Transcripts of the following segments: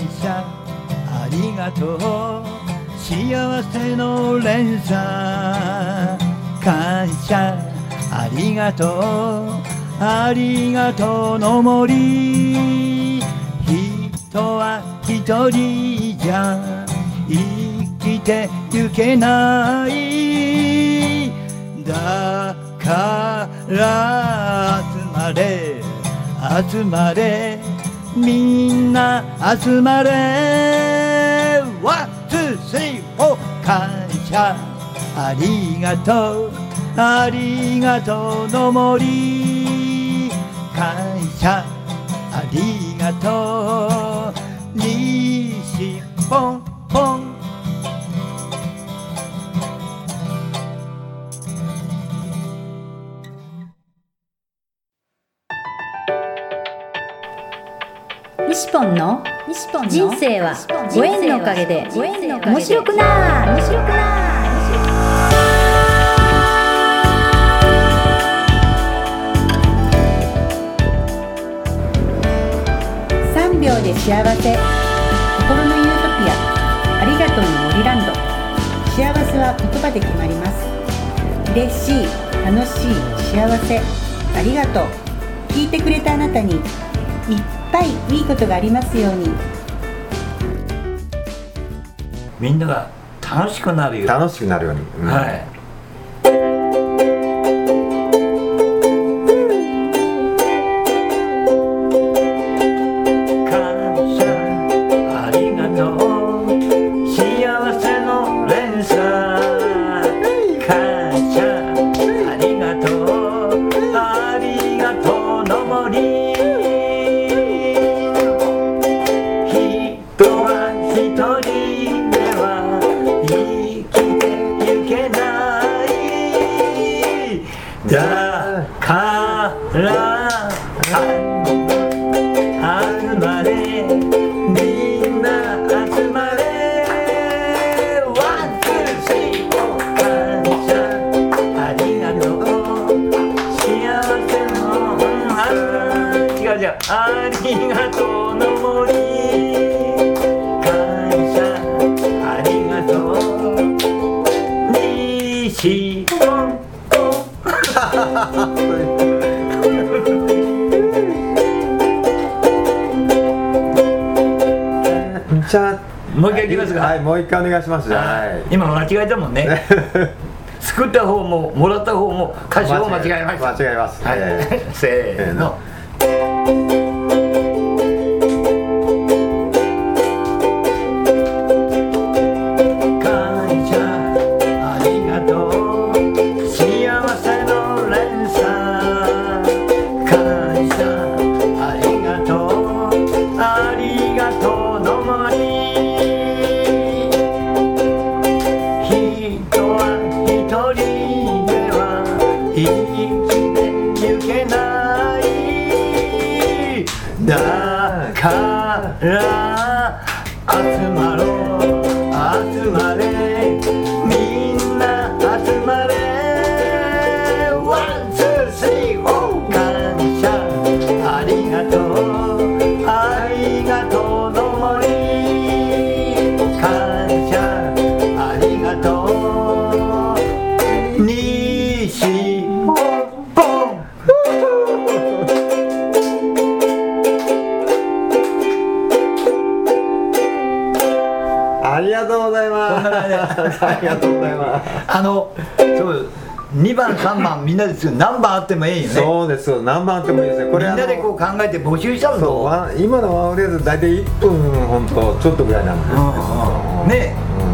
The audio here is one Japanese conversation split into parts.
謝ありがとう幸せの連鎖感謝ありがとうありがとうの森人は一人じゃ生きてゆけないだから集まれみんな集まれワンツースリーフォー感謝ありがとうありがとうの森感謝ありがとう西ポンポン西ポンの人生はご縁のおかげで面白くなーい。3秒で幸せ心のユートピアありがとうの森ランド。幸せは言葉で決まります。嬉しい、楽しい、幸せ、ありがとう。聞いてくれたあなたにいっぱいいいことがありますように。 みんなが楽しくなるように、 はい、 感謝ありがとう幸せの連鎖感謝ありがとうありがとうの森だから集まれみんな集まれワンツースリーフォー感謝ありがとう幸せの違うありがとうの森感謝ありがとう西ポンじゃあもう一回いきますか。 はい、もう一回お願いします。はい、 今間違えたもんね作った方ももらった方も歌詞を間違えました。 間違えます、 はい、せーのだから集まろう集まれみんな集まれワンツースリーフォー感謝ありがとうありがとうの森感謝ありがとう西ポンポンありがとうございます。ありがとうございます。 そう2番3番みんなですよ。何番あってもいいよね。 そうですよ。何番あってもいいですね。これみんなでこう考えて募集しちゃうの。 今のワンフレーズ大体1分本当ちょっとぐらいなんで。 ね。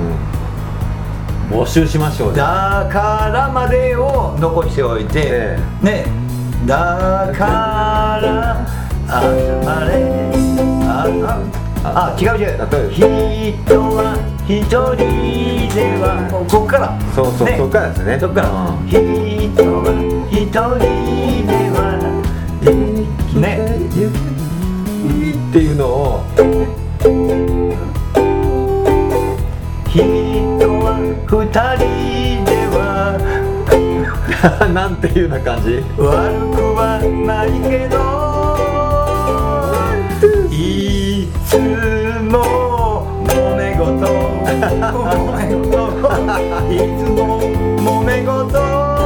募集しましょう。 だからまでを残しておいて、ね。だから集まれ。違う。人は一人ではここから。 そうそこからですね。 そこから。人は一人ではねっていうのを。 人は二人ではなんていうような感じ。 悪くはないけどいつもいつも揉め事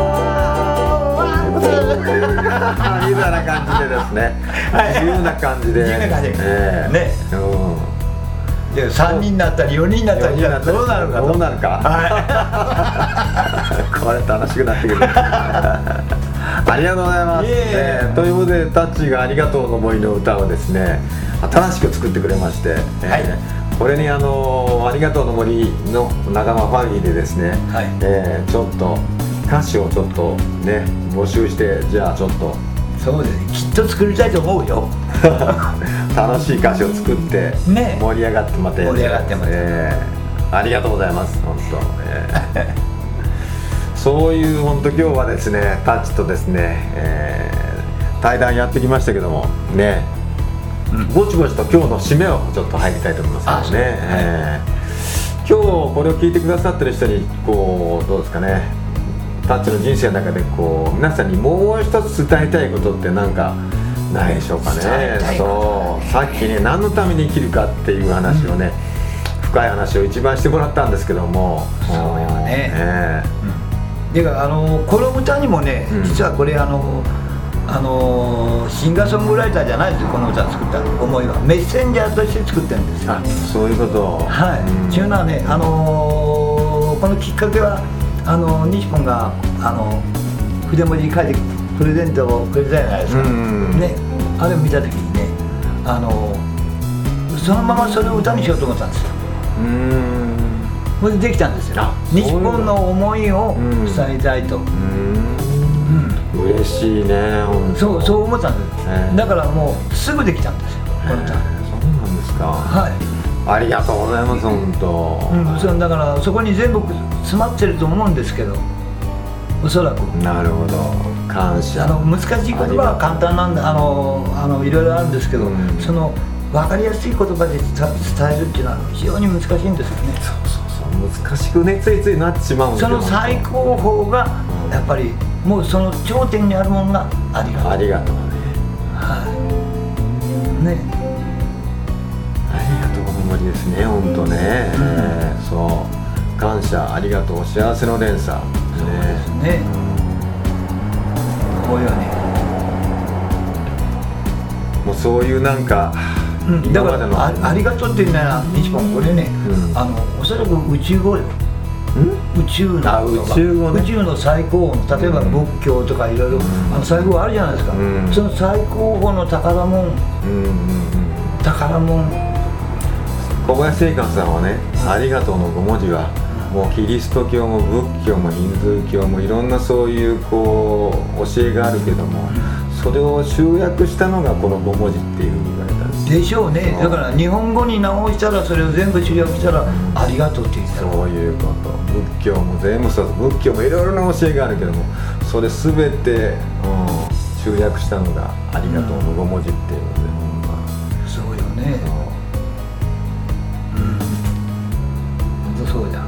みたいな感じでですね、自由な感じで、 自由な感じで、ね、で3人になったり4人になったりどうなるかどうなるか、これ楽しくなってくる。ありがとうございます。ということでタッチがありがとうの思いの歌をですね新しく作ってくれまして、これにありがとうの森の仲間ファミリーでですね、ちょっと歌詞をちょっとね募集して、じゃあちょっとそうですね、きっと作りたいと思うよ。 楽しい歌詞を作って盛り上がってまた、 盛り上がってまた、 ありがとうございます。本当、そういう本当今日はですねタッチとですね、対談やってきましたけどもね、ぼちぼちと今日の締めをちょっと入りたいと思いますけどね、今日これを聞いてくださってる人にこうどうですかね、タッチの人生の中でこう皆さんにもう一つ伝えたいことって何かないでしょうかね。そうさっきね何のために生きるかっていう話をね、深い話を一番してもらったんですけども、 そうよね。でこの歌にもね、実はこれシンガーソングライターじゃないですよ、この歌作った思いはメッセンジャーとして作ってるんですよ。 そういうこと。 はい。っていうのはね、このきっかけは西ポンが筆文字に書いてプレゼントをくれたじゃないですか。ね、あれを見た時にね、そのままそれを歌にしようと思ったんですよ。それでできたんですよ。日本の思いを伝えたいと。 嬉しいね。 そう思ったんです。だからもうすぐできたんですよ、この歌。 そうなんですか。 はい。 ありがとうございます、本当。 だからそこに全部詰まってると思うんですけど、おそらく。 なるほど。感謝。 難しい言葉は簡単なんだ、いろいろあるんですけど、その分かりやすい言葉で伝えるっていうのは非常に難しいんですよね。 難しくね、ついついなってしまうんですよ。 その最高峰がやっぱりもうその頂点にあるものがありがとう。 ありがとうね。 はいね、 ありがとうの森ですね、本当ね。そう感謝、ありがとう、幸せの連鎖。 そうですね。こういうね、 もうそういうなんかだからありがとうっていうのは日本これね、おそらく宇宙語よ。宇宙の最高峰、例えば仏教とかいろいろ最高峰あるじゃないですか。その最高峰の宝物、 小林正観さんはね、ありがとうの5文字はもうキリスト教も仏教もヒンズー教もいろんなそういうこう教えがあるけども、それを集約したのがこの5文字っていうふうに言われたんですでしょうね。だから日本語に直したらそれを全部集約したらありがとうって言ったら、 そういうこと。仏教も全部そうです。仏教もいろいろな教えがあるけども、それ全て、集約したのがありがとうの5文字っていうので、 そうよね。本当そうじゃん。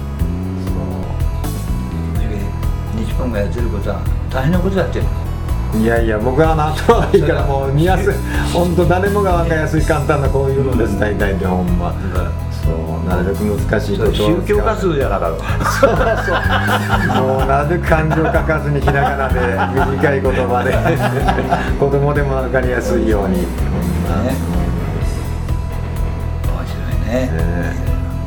日本がやってることは大変なことやってる。 いやいや、僕は頭がいいからもう見やすい、本当誰もが分かりやすい簡単なこういうのです大体ってほんま。そうなるべく難しいことを宗教活動じゃなかろう。 もうなるべく漢字を書かずにひらがなで短い言葉で子供でも分かりやすいように。 面白いね。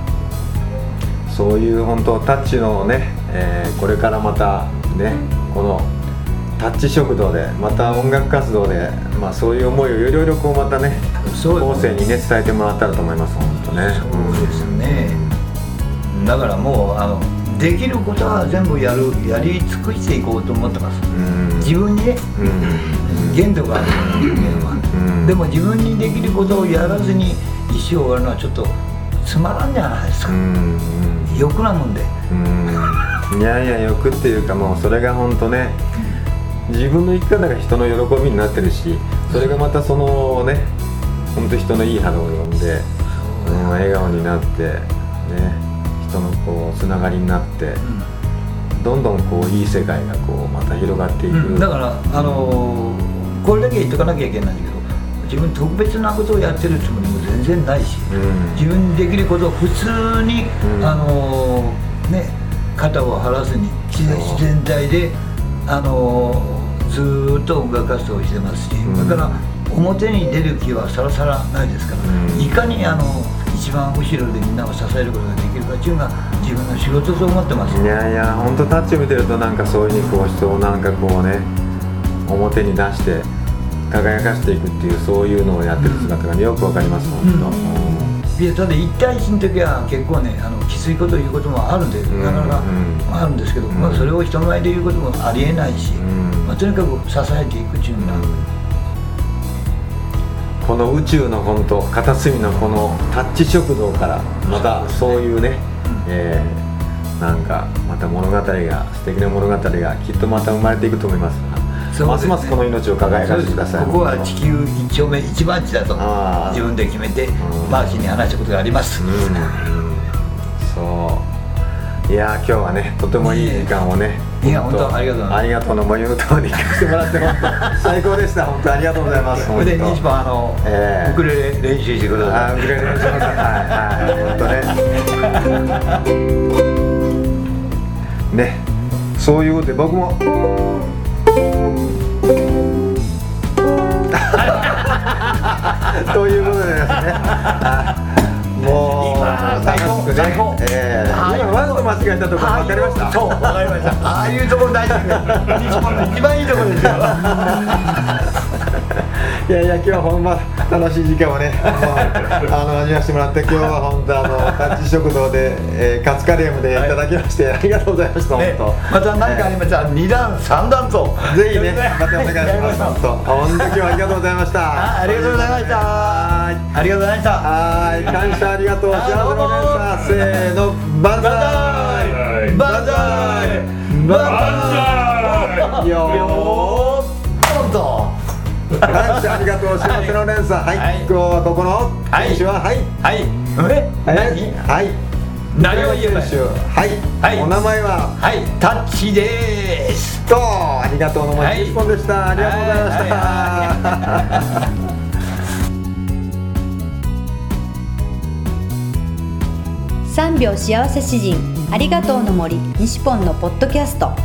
そういう本当タッチのね、これからまたねこのタッチ食堂でまた音楽活動で、そういう思いをいろいろこうまたね後世にね伝えてもらったらと思います。本当ね。 そうですね。だからもうできることは全部やり尽くしていこうと思ってます。自分にね、限度がある人間は。でも自分にできることをやらずに一生終わるのはちょっとつまらんじゃないですか。欲なもんで。 いやいや欲っていうかもうそれが本当ね。自分の生き方が人の喜びになってるし、それがまたそのね本当人のいい花を呼んで、笑顔になってね、人のこうつながりになって、どんどんこういい世界がこうまた広がっていく。 だからこれだけ言っとかなきゃいけないんだけど、自分特別なことをやってるつもりも全然ないし、自分にできることを普通にね肩を張らずに自然体でずーっと音楽活動をしてますし、だから表に出る気はさらさらないですから、いかに一番後ろでみんなを支えることができるかっていうのが自分の仕事と思ってます。 いやいや、本当タッチを見てるとなんかそういうふうに人をなんかこうね表に出して輝かしていくっていう、そういうのをやってる姿がよくわかります。本当。 いや、ただ1対1の時は結構ねきついことを言うこともあるんで、なかなかあるんですけど、それを人前で言うこともありえないし、とにかく支えていくっていうのが、 この宇宙の本当片隅のこのタッチ食堂からまたそういうね、なんかまた物語が、素敵な物語がきっとまた生まれていくと思います。ますますこの命を輝かせてください。 ここは地球一丁目一番地だと自分で決めてマーシーに話したことがあります。 そう、いや今日はねとてもいい時間をね、 いや本当ありがとうございます。 ありがとうの森のところに行かせてもらって本当最高でした。本当ありがとうございます。 それで西本ウクレレ練習してください。 ウクレレ練習してください。はい、本当ね。ね、そういうことで僕もということでですね、もう楽しくね、今ワンと間違えたところ分かりました。 そう、分かりました。ああいうところ大事です。日本の一番いいところですよ。 いやいや、今日はほんま楽しい時間をね味わしてもらって、今日は本当タッチ食堂で、カツカレームでいただきましてありがとうございました。本当また何かありましたら2段3段とぜひねまたお願いします。本当今日はありがとうございました。 ありがとうございました。ありがとうございました。 はい、感謝ありがとう。幸せの連鎖、せーの、万歳万歳万歳よーと感謝ありがとう。幸せの連鎖、はい、今日はここの選手は、はいはい、 何を言う選手、 はい、お名前は、 はい、タッチでーすと、ありがとうの森一本でした。ありがとうございました。 3秒幸せ詩人ありがとうの森西ポンのポッドキャスト。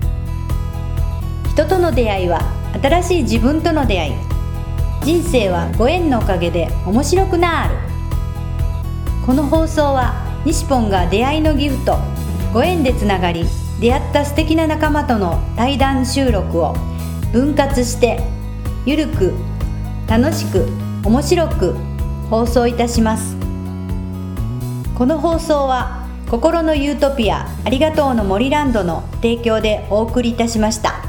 人との出会いは新しい自分との出会い。人生はご縁のおかげで面白くなる。この放送は西ポンが出会いのギフト、ご縁でつながり出会った素敵な仲間との対談収録を分割してゆるく楽しく面白く放送いたします。この放送は心のユートピアありがとうの森ランドの提供でお送りいたしました。